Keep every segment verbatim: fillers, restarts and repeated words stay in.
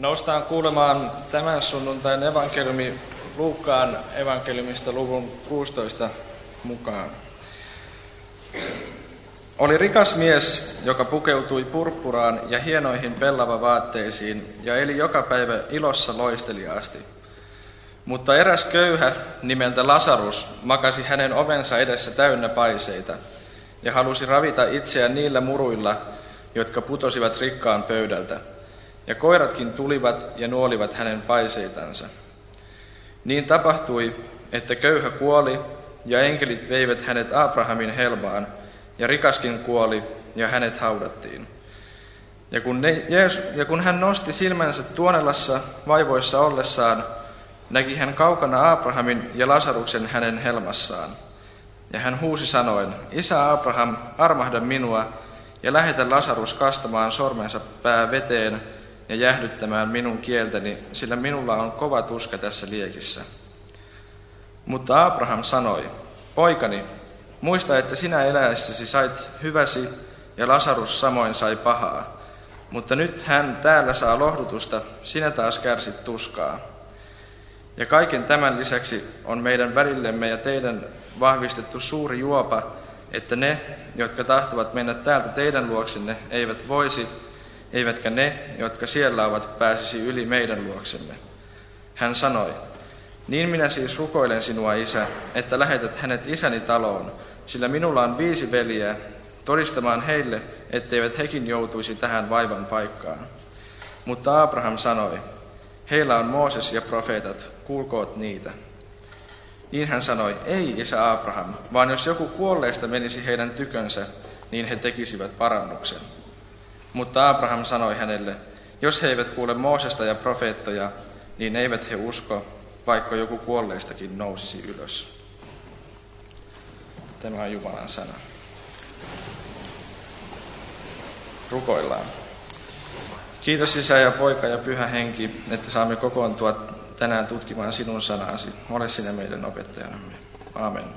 Noustaan kuulemaan tämän sunnuntain evankeliumi Luukkaan evankeliumista luvun kuusitoista mukaan. Oli rikas mies, joka pukeutui purppuraan ja hienoihin pellavavaatteisiin ja eli joka päivä ilossa loisteliaasti. Mutta eräs köyhä nimeltä Lasarus makasi hänen ovensa edessä täynnä paiseita ja halusi ravita itseään niillä muruilla, jotka putosivat rikkaan pöydältä. Ja koiratkin tulivat ja nuolivat hänen paiseitansa. Niin tapahtui, että köyhä kuoli ja enkelit veivät hänet Abrahamin helmaan, ja rikaskin kuoli ja hänet haudattiin. Ja kun, ne, Jeesus, ja kun hän nosti silmänsä Tuonelassa vaivoissa ollessaan, näki hän kaukana Abrahamin ja Lasaruksen hänen helmassaan. Ja hän huusi sanoen, Isä Abraham, armahda minua ja lähetä Lasarus kastamaan sormensa pää veteen ja jäähdyttämään minun kieltäni, sillä minulla on kova tuska tässä liekissä. Mutta Abraham sanoi, poikani, muista, että sinä eläessäsi sait hyväsi ja Lasarus samoin sai pahaa. Mutta nyt hän täällä saa lohdutusta, sinä taas kärsit tuskaa. Ja kaiken tämän lisäksi on meidän välillemme ja teidän vahvistettu suuri juopa, että ne, jotka tahtovat mennä täältä teidän luoksenne, eivät voisi, eivätkä ne, jotka siellä ovat, pääsisi yli meidän luoksemme. Hän sanoi, niin minä siis rukoilen sinua, Isä, että lähetät hänet isäni taloon, sillä minulla on viisi veljeä, todistamaan heille, etteivät hekin joutuisi tähän vaivan paikkaan. Mutta Abraham sanoi, heillä on Mooses ja profeetat, kuulkoot niitä. Niin hän sanoi, ei isä Abraham, vaan jos joku kuolleista menisi heidän tykönsä, niin he tekisivät parannuksen. Mutta Abraham sanoi hänelle, jos he eivät kuule Moosesta ja profeettoja, niin eivät he usko, vaikka joku kuolleistakin nousisi ylös. Tämä on Jumalan sana. Rukoillaan. Kiitos Isä ja Poika ja Pyhä Henki, että saamme kokoontua tänään tutkimaan sinun sanasi. Ole sinä meidän opettajanamme. Aamen.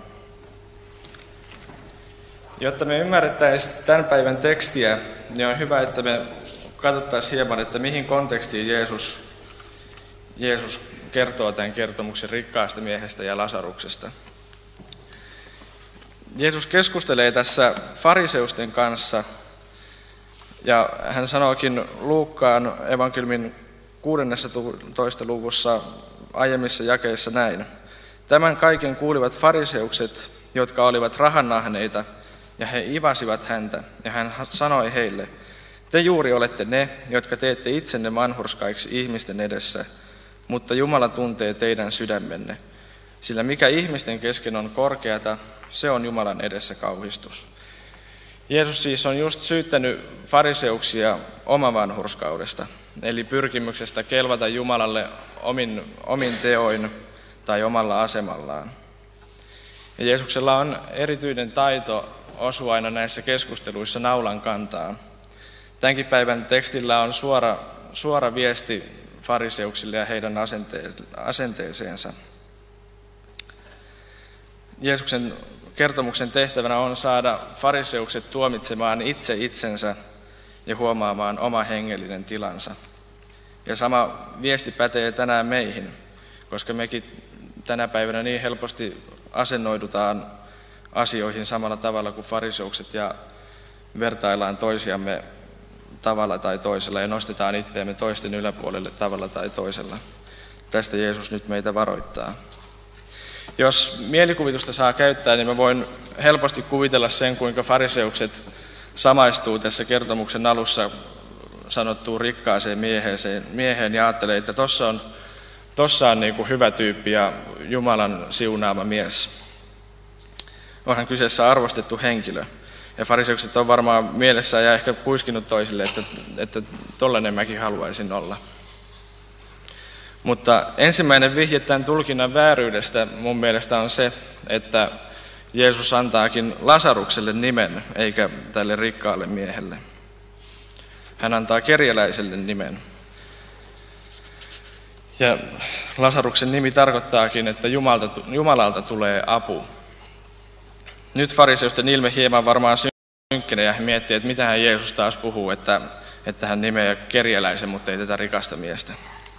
Jotta me ymmärrettäisiin tämän päivän tekstiä, niin on hyvä, että me katsottaisiin hieman, että mihin kontekstiin Jeesus, Jeesus kertoo tämän kertomuksen rikkaasta miehestä ja Lasaruksesta. Jeesus keskustelee tässä fariseusten kanssa, ja hän sanookin Luukkaan evankeliumin kuudennessatoista luvussa aiemmissa jakeissa näin. Tämän kaiken kuulivat fariseukset, jotka olivat rahannahneita, ja he ivasivat häntä, ja hän sanoi heille, te juuri olette ne, jotka teette itsenne vanhurskaiksi ihmisten edessä, mutta Jumala tuntee teidän sydämenne, sillä mikä ihmisten kesken on korkeata, se on Jumalan edessä kauhistus. Jeesus siis on just syyttänyt fariseuksia omavanhurskaudesta, eli pyrkimyksestä kelvata Jumalalle omin, omin teoin tai omalla asemallaan. Ja Jeesuksella on erityinen taito osua aina näissä keskusteluissa naulan kantaan. Tämänkin päivän tekstillä on suora, suora viesti fariseuksille ja heidän asenteeseensa. Jeesuksen kertomuksen tehtävänä on saada fariseukset tuomitsemaan itse itsensä ja huomaamaan oma hengellinen tilansa. Ja sama viesti pätee tänään meihin, koska mekin tänä päivänä niin helposti asennoidutaan asioihin samalla tavalla kuin fariseukset ja vertaillaan toisiamme tavalla tai toisella ja nostetaan itseämme toisten yläpuolelle tavalla tai toisella. Tästä Jeesus nyt meitä varoittaa. Jos mielikuvitusta saa käyttää, niin mä voin helposti kuvitella sen, kuinka fariseukset samaistuu tässä kertomuksen alussa sanottuun rikkaaseen mieheen, mieheen ja ajattelee, että tuossa on, tossa on niin kuin hyvä tyyppi ja Jumalan siunaama mies. Onhan kyseessä arvostettu henkilö. Ja fariseukset on varmaan mielessään ja ehkä kuiskinut toisille, että, että tollainen mäkin haluaisin olla. Mutta ensimmäinen vihje tämän tulkinnan vääryydestä mun mielestä on se, että Jeesus antaakin Lasarukselle nimen, eikä tälle rikkaalle miehelle. Hän antaa kerjäläiselle nimen. Ja Lasaruksen nimi tarkoittaakin, että Jumalalta, Jumalalta tulee apu. Nyt fariseusten ilme hieman varmaan synkkenee ja he miettii, että mitähän Jeesus taas puhuu, että että hän nimeää kerjäläisen, mutta ei tätä rikasta miestä.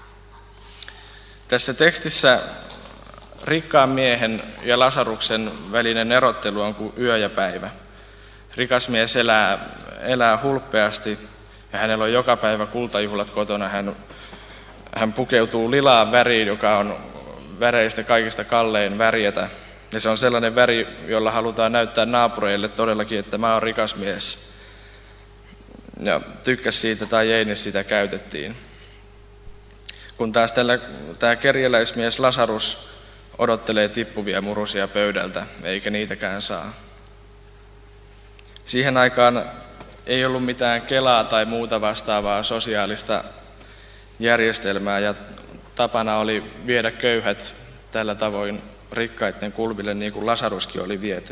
Tässä tekstissä rikkaan miehen ja Lasaruksen välinen erottelu on kuin yö ja päivä. Rikas mies elää, elää hulppeasti ja hänellä on joka päivä kultajuhlat kotona. Hän, hän pukeutuu lilaan väriin, joka on väreistä kaikista kallein värjätä. Ja se on sellainen väri, jolla halutaan näyttää naapureille todellakin, että mä oon rikas mies. Ja tykkäs siitä tai ei, niin sitä käytettiin. Kun taas tällä, tämä kerjäläismies Lasarus odottelee tippuvia murusia pöydältä, eikä niitäkään saa. Siihen aikaan ei ollut mitään Kelaa tai muuta vastaavaa sosiaalista järjestelmää, ja tapana oli viedä köyhät tällä tavoin rikkaiden kulmille, niin kuin Lasaruskin oli viety.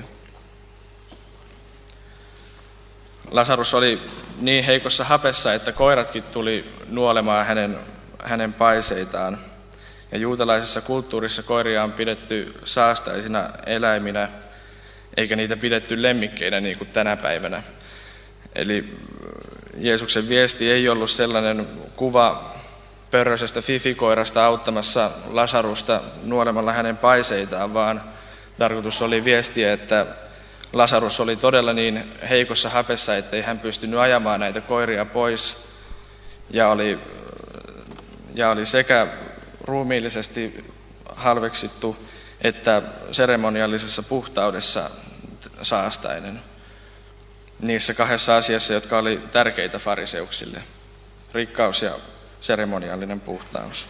Lasarus oli niin heikossa hapessa, että koiratkin tuli nuolemaan hänen, hänen paiseitaan. Ja juutalaisessa kulttuurissa koiria on pidetty saastaisina eläiminä, eikä niitä pidetty lemmikkeinä niin kuin tänä päivänä. Eli Jeesuksen viesti ei ollut sellainen kuva pörröisestä fifikoirasta auttamassa Lasarusta nuolemalla hänen paiseitaan, vaan tarkoitus oli viestiä, että Lasarus oli todella niin heikossa hapessa, ettei hän pystynyt ajamaan näitä koiria pois, ja oli, ja oli sekä ruumiillisesti halveksittu että seremoniallisessa puhtaudessa saastainen. Niissä kahdessa asiassa, jotka oli tärkeitä fariseuksille, rikkaus ja seremoniallinen puhtaus.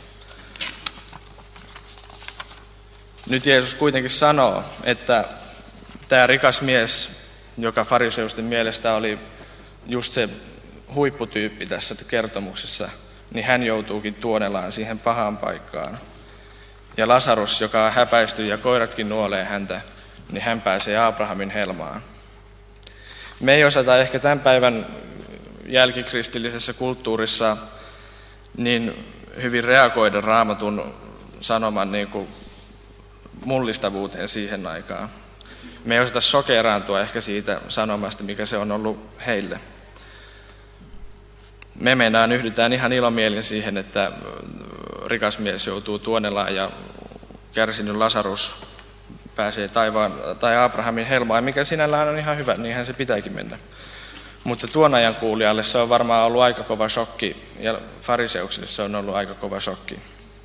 Nyt Jeesus kuitenkin sanoo, että tämä rikas mies, joka fariseusten mielestä oli just se huipputyyppi tässä kertomuksessa, niin hän joutuukin tuonelaan siihen pahaan paikkaan. Ja Lasarus, joka häpäistyy ja koiratkin nuolee häntä, niin hän pääsee Abrahamin helmaan. Me ei osata ehkä tämän päivän jälkikristillisessä kulttuurissa niin hyvin reagoida Raamatun sanoman niin kuin mullistavuuteen siihen aikaan. Me ei osata sokeraantua ehkä siitä sanomasta, mikä se on ollut heille. Me meinaan yhdytään ihan ilomielin siihen, että rikas mies joutuu tuonelaan ja kärsinyt Lasarus pääsee taivaan tai Abrahamin helmaan, mikä sinällään on ihan hyvä, niinhän se pitääkin mennä. Mutta tuon ajan kuulijalle se on varmaan ollut aika kova shokki, ja fariseuksille se on ollut aika kova shokki.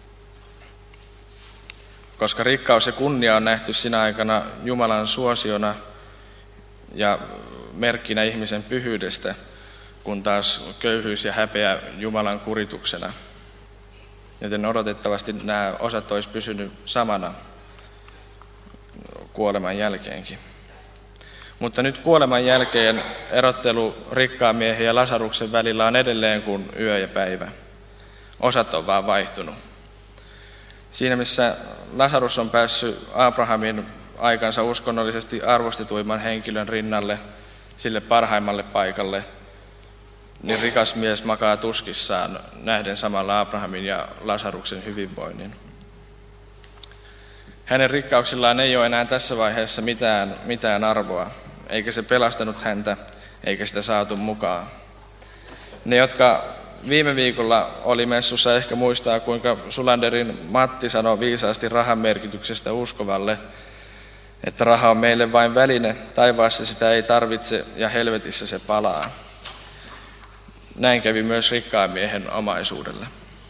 Koska rikkaus ja kunnia on nähty sinä aikana Jumalan suosiona ja merkkinä ihmisen pyhyydestä, kun taas köyhyys ja häpeä Jumalan kurituksena. Joten odotettavasti nämä osat olisi pysynyt samana kuoleman jälkeenkin. Mutta nyt kuoleman jälkeen erottelu rikkaan miehen ja Lasaruksen välillä on edelleen kuin yö ja päivä. Osat on vaan vaihtunut. Siinä missä Lasarus on päässyt Abrahamin aikansa uskonnollisesti arvostetuimman henkilön rinnalle, sille parhaimmalle paikalle, niin rikas mies makaa tuskissaan nähden samalla Abrahamin ja Lasaruksen hyvinvoinnin. Hänen rikkauksillaan ei ole enää tässä vaiheessa mitään, mitään arvoa, eikä se pelastanut häntä, eikä sitä saatu mukaan. Ne, jotka viime viikolla oli messussa, ehkä muistaa, kuinka Sulanderin Matti sanoi viisaasti rahan merkityksestä uskovalle, että raha on meille vain väline, taivaassa sitä ei tarvitse ja helvetissä se palaa. Näin kävi myös rikkaan miehen omaisuudelle.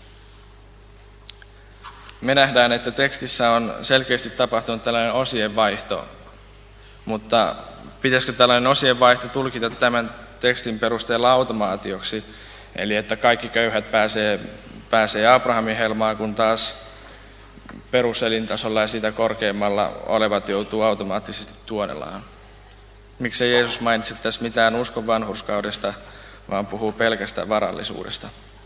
Me nähdään, että tekstissä on selkeästi tapahtunut tällainen osien vaihto, mutta pitäisikö tällainen osien vaihto tulkita tämän tekstin perusteella automaatioksi, eli että kaikki köyhät pääsee, pääsee Abrahamin helmaan, kun taas peruselintasolla ja sitä korkeammalla olevat joutuu automaattisesti tuonelaan. Miksei Jeesus mainitse tässä mitään uskon vanhurskaudesta, vaan puhuu pelkästä varallisuudesta.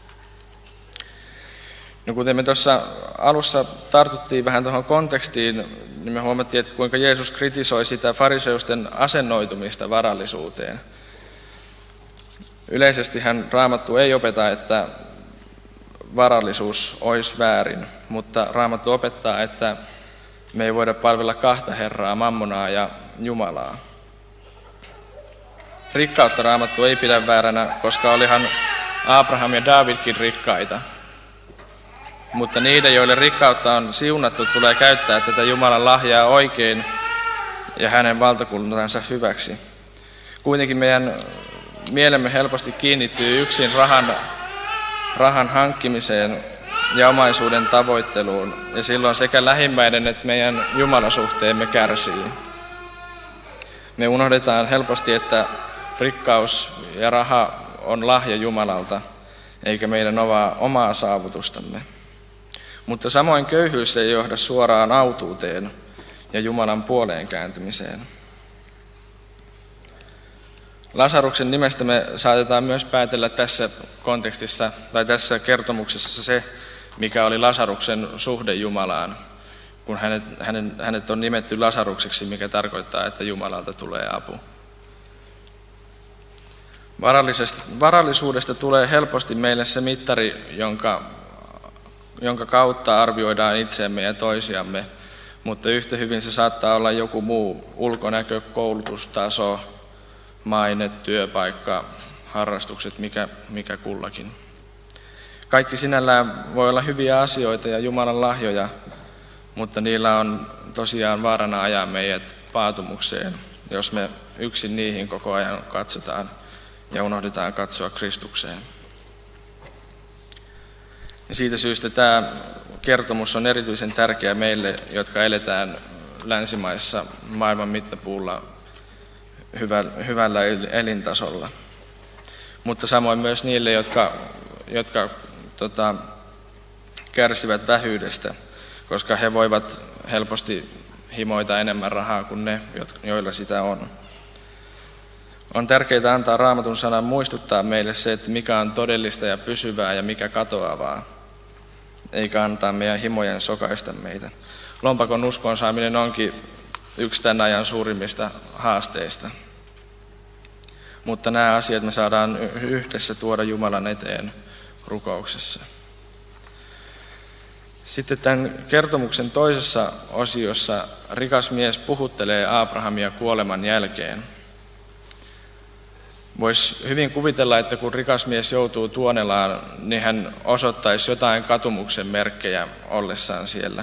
No kuten me tuossa alussa tartuttiin vähän tuohon kontekstiin, niin me huomattiin, että kuinka Jeesus kritisoi sitä fariseusten asennoitumista varallisuuteen. Yleisesti hän Raamattu ei opeta, että varallisuus olisi väärin, mutta Raamattu opettaa, että me ei voida palvella kahta Herraa, Mammonaa ja Jumalaa. Rikkautta Raamattu ei pidä vääränä, koska olihan Abraham ja Davidkin rikkaita. Mutta niiden, joille rikkautta on siunattu, tulee käyttää tätä Jumalan lahjaa oikein ja hänen valtakunnansa hyväksi. Kuitenkin meidän mielemme helposti kiinnittyy yksin rahan, rahan hankkimiseen ja omaisuuden tavoitteluun, ja silloin sekä lähimmäinen että meidän Jumalasuhteemme kärsii. Me unohdetaan helposti, että rikkaus ja raha on lahja Jumalalta, eikä meidän omaa saavutustamme. Mutta samoin köyhyys ei johda suoraan autuuteen ja Jumalan puoleen kääntymiseen. Lasaruksen nimestä me saatetaan myös päätellä tässä kontekstissa tai tässä kertomuksessa se, mikä oli Lasaruksen suhde Jumalaan, kun hänet, hänet, hänet on nimetty Lasarukseksi, mikä tarkoittaa, että Jumalalta tulee apu. Varallisuudesta tulee helposti meille se mittari, jonka, jonka kautta arvioidaan itseämme ja toisiamme, mutta yhtä hyvin se saattaa olla joku muu ulkonäkö, koulutustaso, maine, työpaikka, harrastukset, mikä, mikä kullakin. Kaikki sinällään voi olla hyviä asioita ja Jumalan lahjoja, mutta niillä on tosiaan vaarana ajaa meidät paatumukseen, jos me yksin niihin koko ajan katsotaan ja unohdetaan katsoa Kristukseen. Ja siitä syystä tämä kertomus on erityisen tärkeä meille, jotka eletään länsimaissa maailman mittapuulla hyvällä elintasolla. Mutta samoin myös niille, jotka, jotka tota, kärsivät vähyydestä, koska he voivat helposti himoita enemmän rahaa kuin ne, joilla sitä on. On tärkeää antaa Raamatun sanan muistuttaa meille se, että mikä on todellista ja pysyvää ja mikä katoavaa, eikä antaa meidän himojen sokaista meitä. Lompakon uskoon saaminen onkin yksi tämän ajan suurimmista haasteista. Mutta nämä asiat me saadaan yhdessä tuoda Jumalan eteen rukouksessa. Sitten tämän kertomuksen toisessa osiossa rikas mies puhuttelee Abrahamia kuoleman jälkeen. Voisi hyvin kuvitella, että kun rikas mies joutuu tuonelaan, niin hän osoittaisi jotain katumuksen merkkejä ollessaan siellä.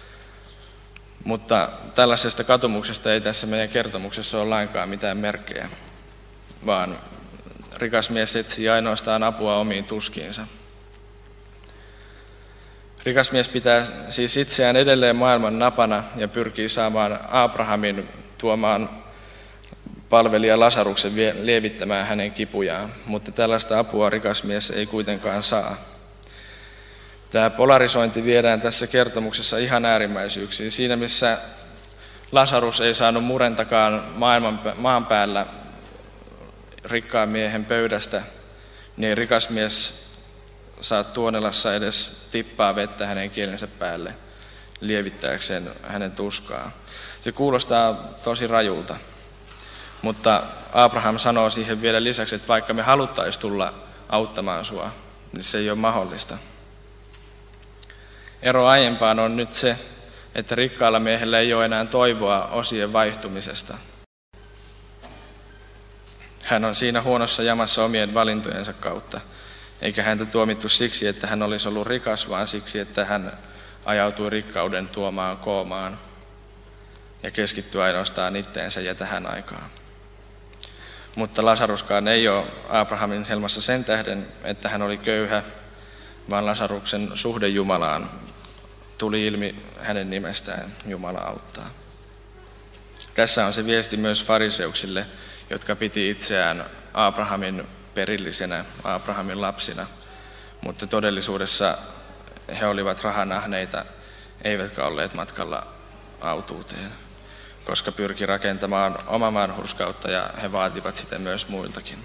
Mutta tällaisesta katumuksesta ei tässä meidän kertomuksessa ole lainkaan mitään merkkejä, vaan rikas mies etsii ainoastaan apua omiin tuskiinsa. Rikas mies pitää siis itseään edelleen maailman napana ja pyrkii saamaan Abrahamin tuomaan palvelija Lasaruksen lievittämään hänen kipujaan, mutta tällaista apua rikas mies ei kuitenkaan saa. Tämä polarisointi viedään tässä kertomuksessa ihan äärimmäisyyksiin. Siinä missä Lasarus ei saanut murentakaan maailman, maan päällä rikkaan miehen pöydästä, niin rikas mies saa Tuonelassa edes tippaa vettä hänen kielensä päälle lievittääkseen hänen tuskaa. Se kuulostaa tosi rajulta, mutta Abraham sanoo siihen vielä lisäksi, että vaikka me haluttaisiin tulla auttamaan sua, niin se ei ole mahdollista. Ero aiempaan on nyt se, että rikkaalla miehellä ei ole enää toivoa osien vaihtumisesta. Hän on siinä huonossa jamassa omien valintojensa kautta, eikä häntä tuomittu siksi, että hän olisi ollut rikas, vaan siksi, että hän ajautui rikkauden tuomaan koomaan ja keskittyi ainoastaan itteensä ja tähän aikaan. Mutta Lasaruskaan ei ole Abrahamin helmassa sen tähden, että hän oli köyhä, vaan Lasaruksen suhde Jumalaan tuli ilmi hänen nimestään, Jumala auttaa. Tässä on se viesti myös fariseuksille, jotka piti itseään Abrahamin perillisenä, Abrahamin lapsina, mutta todellisuudessa he olivat rahanahneita, eivätkä olleet matkalla autuuteen, koska pyrki rakentamaan omaa vanhurskautta ja he vaativat sitä myös muiltakin.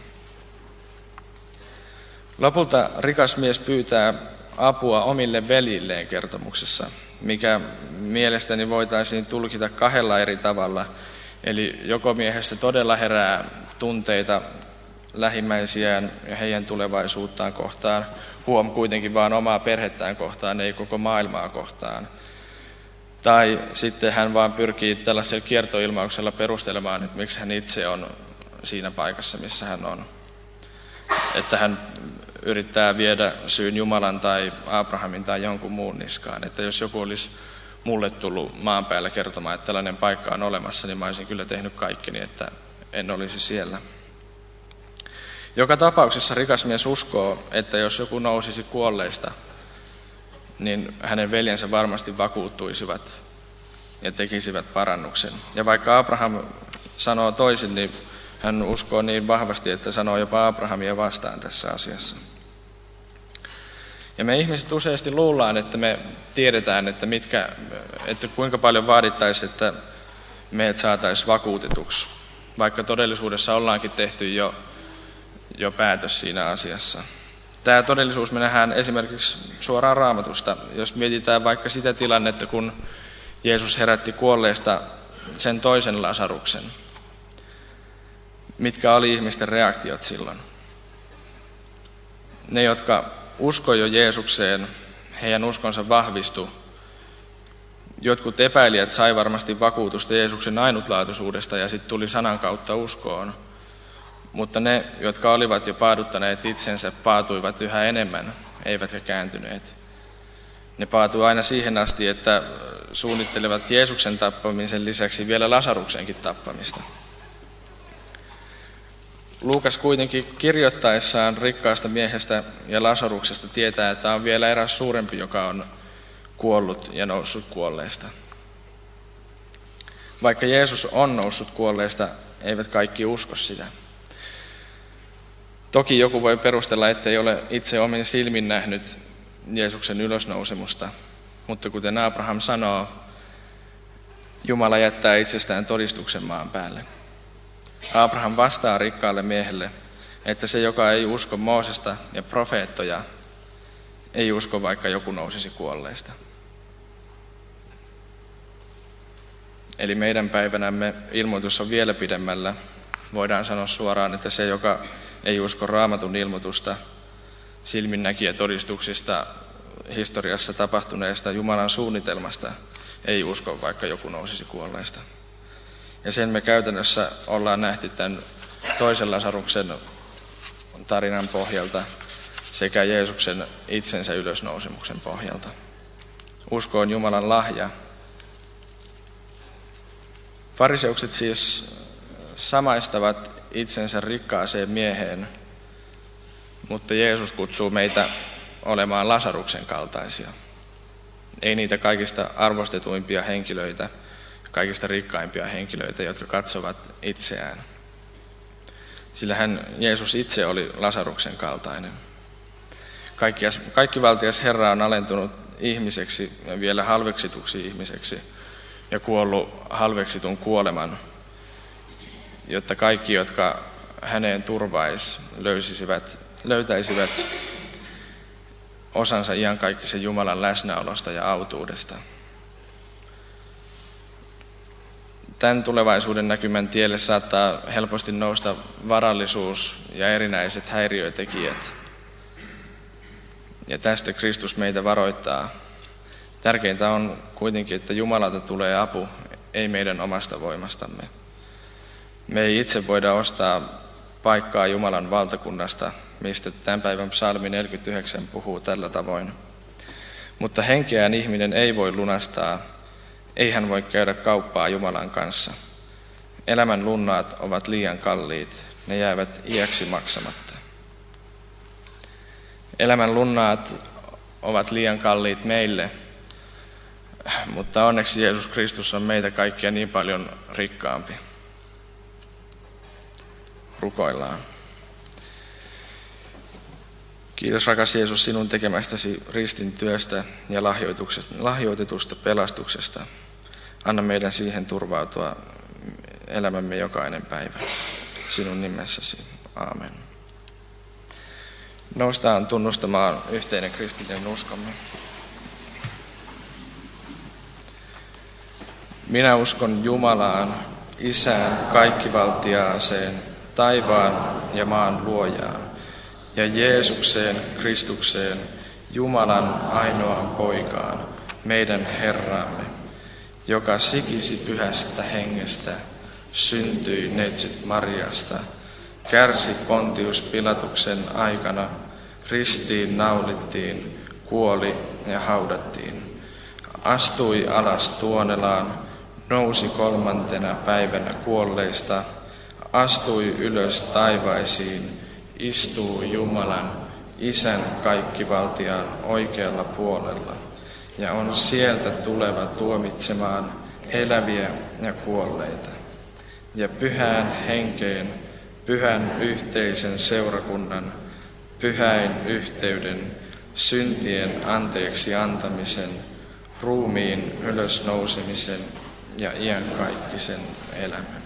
Lopulta rikas mies pyytää apua omille veljilleen kertomuksessa, mikä mielestäni voitaisiin tulkita kahdella eri tavalla. Eli joko miehessä todella herää tunteita lähimmäisiään ja heidän tulevaisuuttaan kohtaan, huom kuitenkin vaan omaa perhettään kohtaan, ei koko maailmaa kohtaan. Tai sitten hän vaan pyrkii tällaisella kiertoilmauksella perustelemaan, että miksi hän itse on siinä paikassa, missä hän on. Että hän yrittää viedä syyn Jumalan tai Abrahamin tai jonkun muun niskaan. Että jos joku olisi mulle tullut maan päällä kertomaan, että tällainen paikka on olemassa, niin mä olisin kyllä tehnyt kaikkeni, että en olisi siellä. Joka tapauksessa rikas mies uskoo, että jos joku nousisi kuolleista, niin hänen veljensä varmasti vakuuttuisivat ja tekisivät parannuksen. Ja vaikka Abraham sanoo toisin, niin hän uskoo niin vahvasti, että sanoo jopa Abrahamia vastaan tässä asiassa. Ja me ihmiset useasti luullaan, että me tiedetään, että, mitkä, että kuinka paljon vaadittaisiin, että meidät saataisiin vakuutetuksi, vaikka todellisuudessa ollaankin tehty jo, jo päätös siinä asiassa. Tämä todellisuus me nähdään esimerkiksi suoraan Raamatusta, jos mietitään vaikka sitä tilannetta, kun Jeesus herätti kuolleesta sen toisen Lasaruksen. Mitkä oli ihmisten reaktiot silloin? Ne, jotka uskoi jo Jeesukseen, heidän uskonsa vahvistui. Jotkut epäilijät sai varmasti vakuutusta Jeesuksen ainutlaatuisuudesta ja sitten tuli sanan kautta uskoon. Mutta ne, jotka olivat jo paaduttaneet itsensä, paatuivat yhä enemmän, eivätkä kääntyneet. Ne paatui aina siihen asti, että suunnittelevat Jeesuksen tappamisen lisäksi vielä Lasaruksenkin tappamista. Luukas kuitenkin kirjoittaessaan rikkaasta miehestä ja Lasaruksesta tietää, että on vielä eräs suurempi, joka on kuollut ja noussut kuolleesta. Vaikka Jeesus on noussut kuolleesta, eivät kaikki usko sitä. Toki joku voi perustella, ettei ole itse omin silmin nähnyt Jeesuksen ylösnousemusta, mutta kuten Abraham sanoo, Jumala jättää itsestään todistuksen maan päälle. Abraham vastaa rikkaalle miehelle, että se, joka ei usko Moosesta ja profeettoja, ei usko, vaikka joku nousisi kuolleista. Eli meidän päivänämme ilmoitus on vielä pidemmällä. Voidaan sanoa suoraan, että se, joka ei usko Raamatun ilmoitusta silminnäkijä todistuksista historiassa tapahtuneesta Jumalan suunnitelmasta, ei usko, vaikka joku nousisi kuolleista. Ja sen me käytännössä ollaan nähty tämän toisen Lasaruksen tarinan pohjalta sekä Jeesuksen itsensä ylösnousemuksen pohjalta. Usko on Jumalan lahja. Fariseukset siis samaistavat itsensä rikkaaseen mieheen, mutta Jeesus kutsuu meitä olemaan Lasaruksen kaltaisia. Ei niitä kaikista arvostetuimpia henkilöitä, kaikista rikkaimpia henkilöitä, jotka katsovat itseään. Sillä hän, Jeesus itse oli Lasaruksen kaltainen. Kaikkivaltias Herra on alentunut ihmiseksi ja vielä halveksituksi ihmiseksi ja kuollut halveksitun kuoleman, jotta kaikki, jotka häneen turvais, löysisivät, löytäisivät osansa iankaikkisen Jumalan läsnäolosta ja autuudesta. Tämän tulevaisuuden näkymän tielle saattaa helposti nousta varallisuus ja erinäiset häiriötekijät. Ja tästä Kristus meitä varoittaa. Tärkeintä on kuitenkin, että Jumalalta tulee apu, ei meidän omasta voimastamme. Me ei itse voida ostaa paikkaa Jumalan valtakunnasta, mistä tämän päivän psalmi neljäkymmentäyhdeksän puhuu tällä tavoin. Mutta henkeään ihminen ei voi lunastaa, ei hän voi käydä kauppaa Jumalan kanssa. Elämän lunnaat ovat liian kalliit, ne jäävät iäksi maksamatta. Elämän lunnaat ovat liian kalliit meille, mutta onneksi Jeesus Kristus on meitä kaikkia niin paljon rikkaampi. Rukoillaan. Kiitos rakas Jeesus sinun tekemästäsi ristin työstä ja lahjoitetusta pelastuksesta. Anna meidän siihen turvautua elämämme jokainen päivä. Sinun nimessäsi. Aamen. Noustaan tunnustamaan yhteinen kristillinen uskomme. Minä uskon Jumalaan, Isään kaikkivaltiaaseen, taivaan ja maan luojaan, ja Jeesukseen Kristukseen, Jumalan ainoaan poikaan, meidän Herramme, joka sikisi pyhästä hengestä, syntyi neitsyt Mariasta, kärsi Pontius Pilatuksen aikana, ristiin naulittiin, kuoli ja haudattiin. Astui alas tuonelaan, nousi kolmantena päivänä kuolleista, astui ylös taivaisiin, istuu Jumalan, Isän kaikkivaltiaan oikealla puolella, ja on sieltä tuleva tuomitsemaan eläviä ja kuolleita. Ja pyhään henkeen, pyhän yhteisen seurakunnan, pyhäin yhteyden, syntien anteeksi antamisen, ruumiin ylösnousemisen ja iankaikkisen elämän.